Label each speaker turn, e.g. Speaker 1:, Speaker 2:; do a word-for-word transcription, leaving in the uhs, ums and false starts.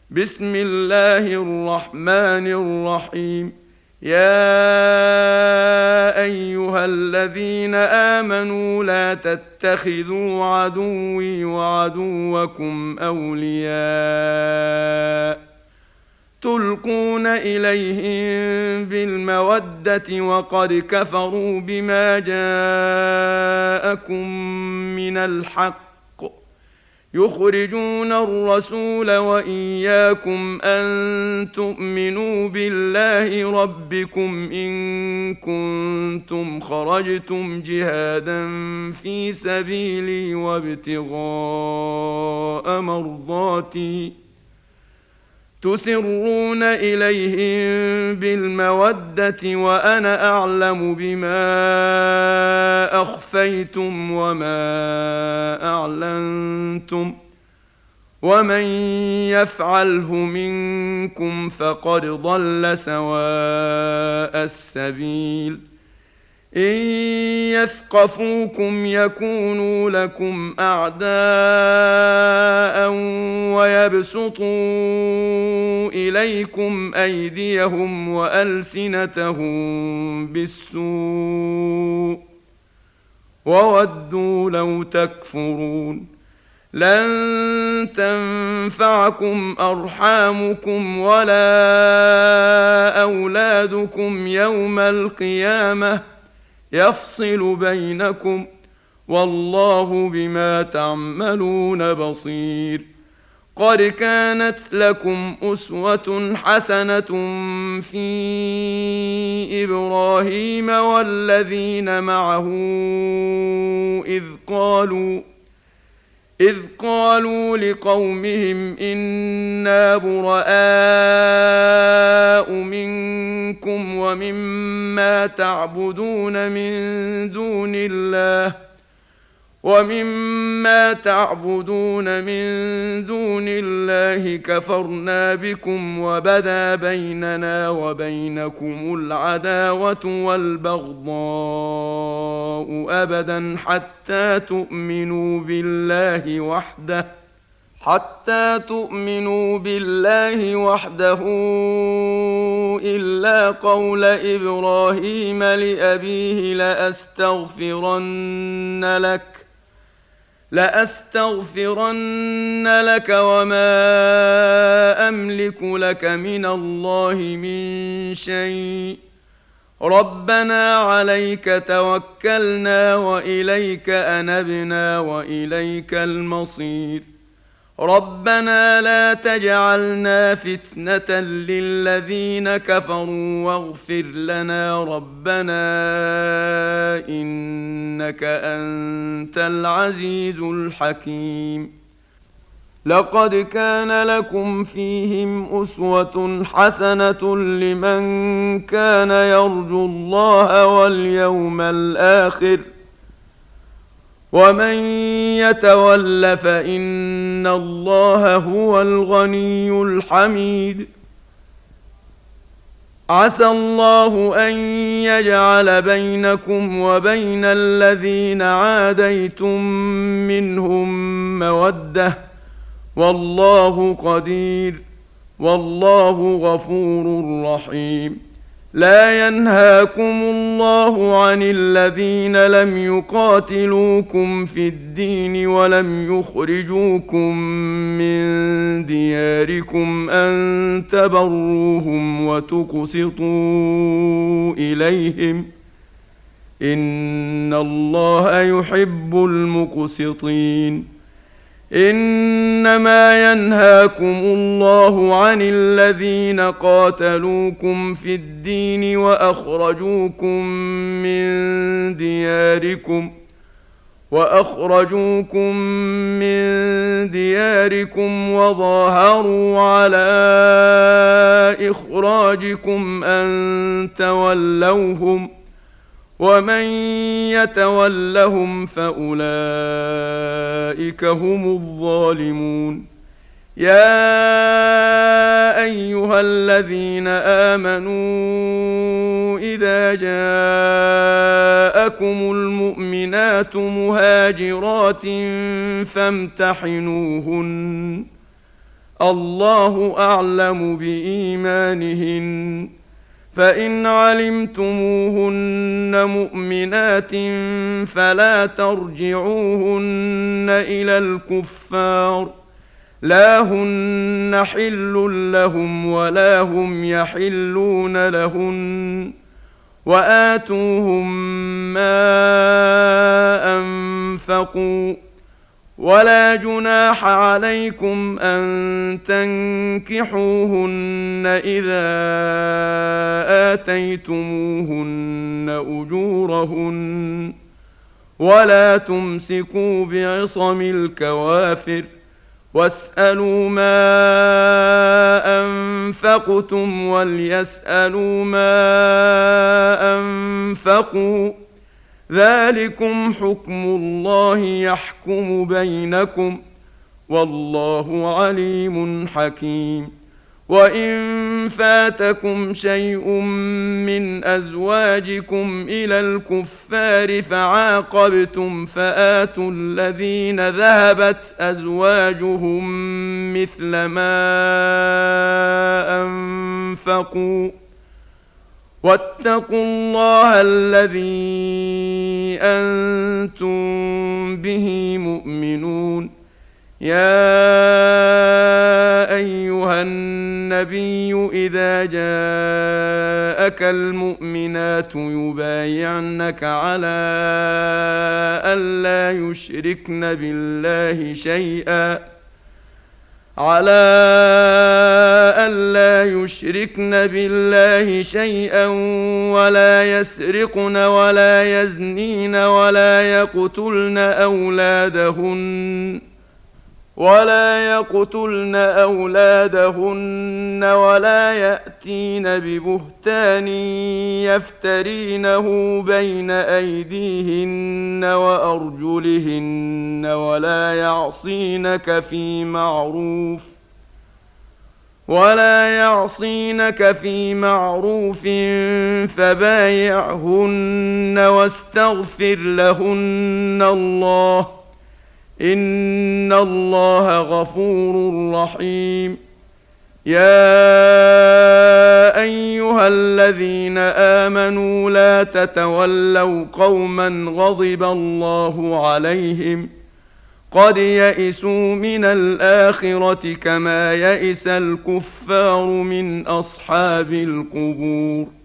Speaker 1: بسم الله الرحمن الرحيم. يا أيها الذين آمنوا لا تتخذوا عدوي وعدوكم أولياء تلقون إليهم بالمودة وقد كفروا بما جاءكم من الحق يخرجون الرسول وإياكم أن تؤمنوا بالله ربكم إن كنتم خرجتم جهادا في سبيلي وابتغاء مرضاتي تسرون إليهم بالمودة وأنا أعلم بما أخفيتم وما أعلنتم ومن يفعله منكم فقد ضل سواء السبيل. إن يثقفوكم يكونوا لكم أعداء ويبسطوا إليكم أيديهم وألسنتهم بالسوء وودوا لو تكفرون. لن تنفعكم أرحامكم ولا أولادكم يوم القيامة يفصل بينكم والله بما تعملون بصير. قد كانت لكم أسوة حسنة في إبراهيم والذين معه إذ قالوا إذ قالوا لقومهم إنا براء منكم ومما تعبدون من دون الله ومما تعبدون من دون الله كفرنا بكم وبدا بيننا وبينكم العداوة والبغضاء أبدا حتى تؤمنوا بالله وحده حتى تؤمنوا بالله وحده إلا قول إبراهيم لأبيه لأستغفرن لك لأستغفرن لك وما أملك لك من الله من شيء ربنا عليك توكلنا وإليك أنبنا وإليك المصير. ربنا لا تجعلنا فتنة للذين كفروا واغفر لنا ربنا إنك أنت العزيز الحكيم. لقد كان لكم فيهم أسوة حسنة لمن كان يرجو الله واليوم الآخر ومن يتول فإن الله هو الغني الحميد. عسى الله أن يجعل بينكم وبين الذين عاديتم منهم مودة والله قدير والله غفور رحيم. لا ينهاكم الله عن الذين لم يقاتلوكم في الدين ولم يخرجوكم من دياركم أن تبروهم وتقسطوا إليهم إن الله يحب المقسطين. إنما ينهاكم الله عن الذين قاتلوكم في الدين وأخرجوكم من دياركم وأخرجوكم من دياركم وظاهروا على إخراجكم أن تولوهم ومن يتولهم فأولئك هم الظالمون. يا أيها الذين آمنوا إذا جاءكم المؤمنات مهاجرات فامتحنوهن الله أعلم بإيمانهن فإن علمتموهن مؤمنات فلا ترجعوهن إلى الكفار لا هن حل لهم ولا هم يحلون لهن وآتوهم ما أنفقوا ولا جناح عليكم أن تنكحوهن إذا آتيتموهن أجورهن ولا تمسكوا بعصم الكوافر واسألوا ما أنفقتم وليسألوا ما أنفقوا ذلكم حكم الله يحكم بينكم والله عليم حكيم وإن فاتكم شيء من أزواجكم إلى الكفار فعاقبتم فآتوا الذين ذهبت أزواجهم مثل ما أنفقوا واتقوا الله الذي أنتم به مؤمنون يا أيها النبي إذا جاءك المؤمنات يبايعنك على ألا يشركن بالله شيئا على ألا يشركن بالله شيئا ولا يسرقن ولا يزنين ولا يقتلن أولادهن ولا يقتلن أولادهن ولا يأتين ببهتان يفترينه بين أيديهن وأرجلهن ولا يعصينك في معروف ولا يعصينك في معروف فبايعهن واستغفر لهن الله إن الله غفور رحيم يا أيها الذين آمنوا لا تتولوا قوما غضب الله عليهم قد يئسوا من الآخرة كما يئس الكفار من أصحاب القبور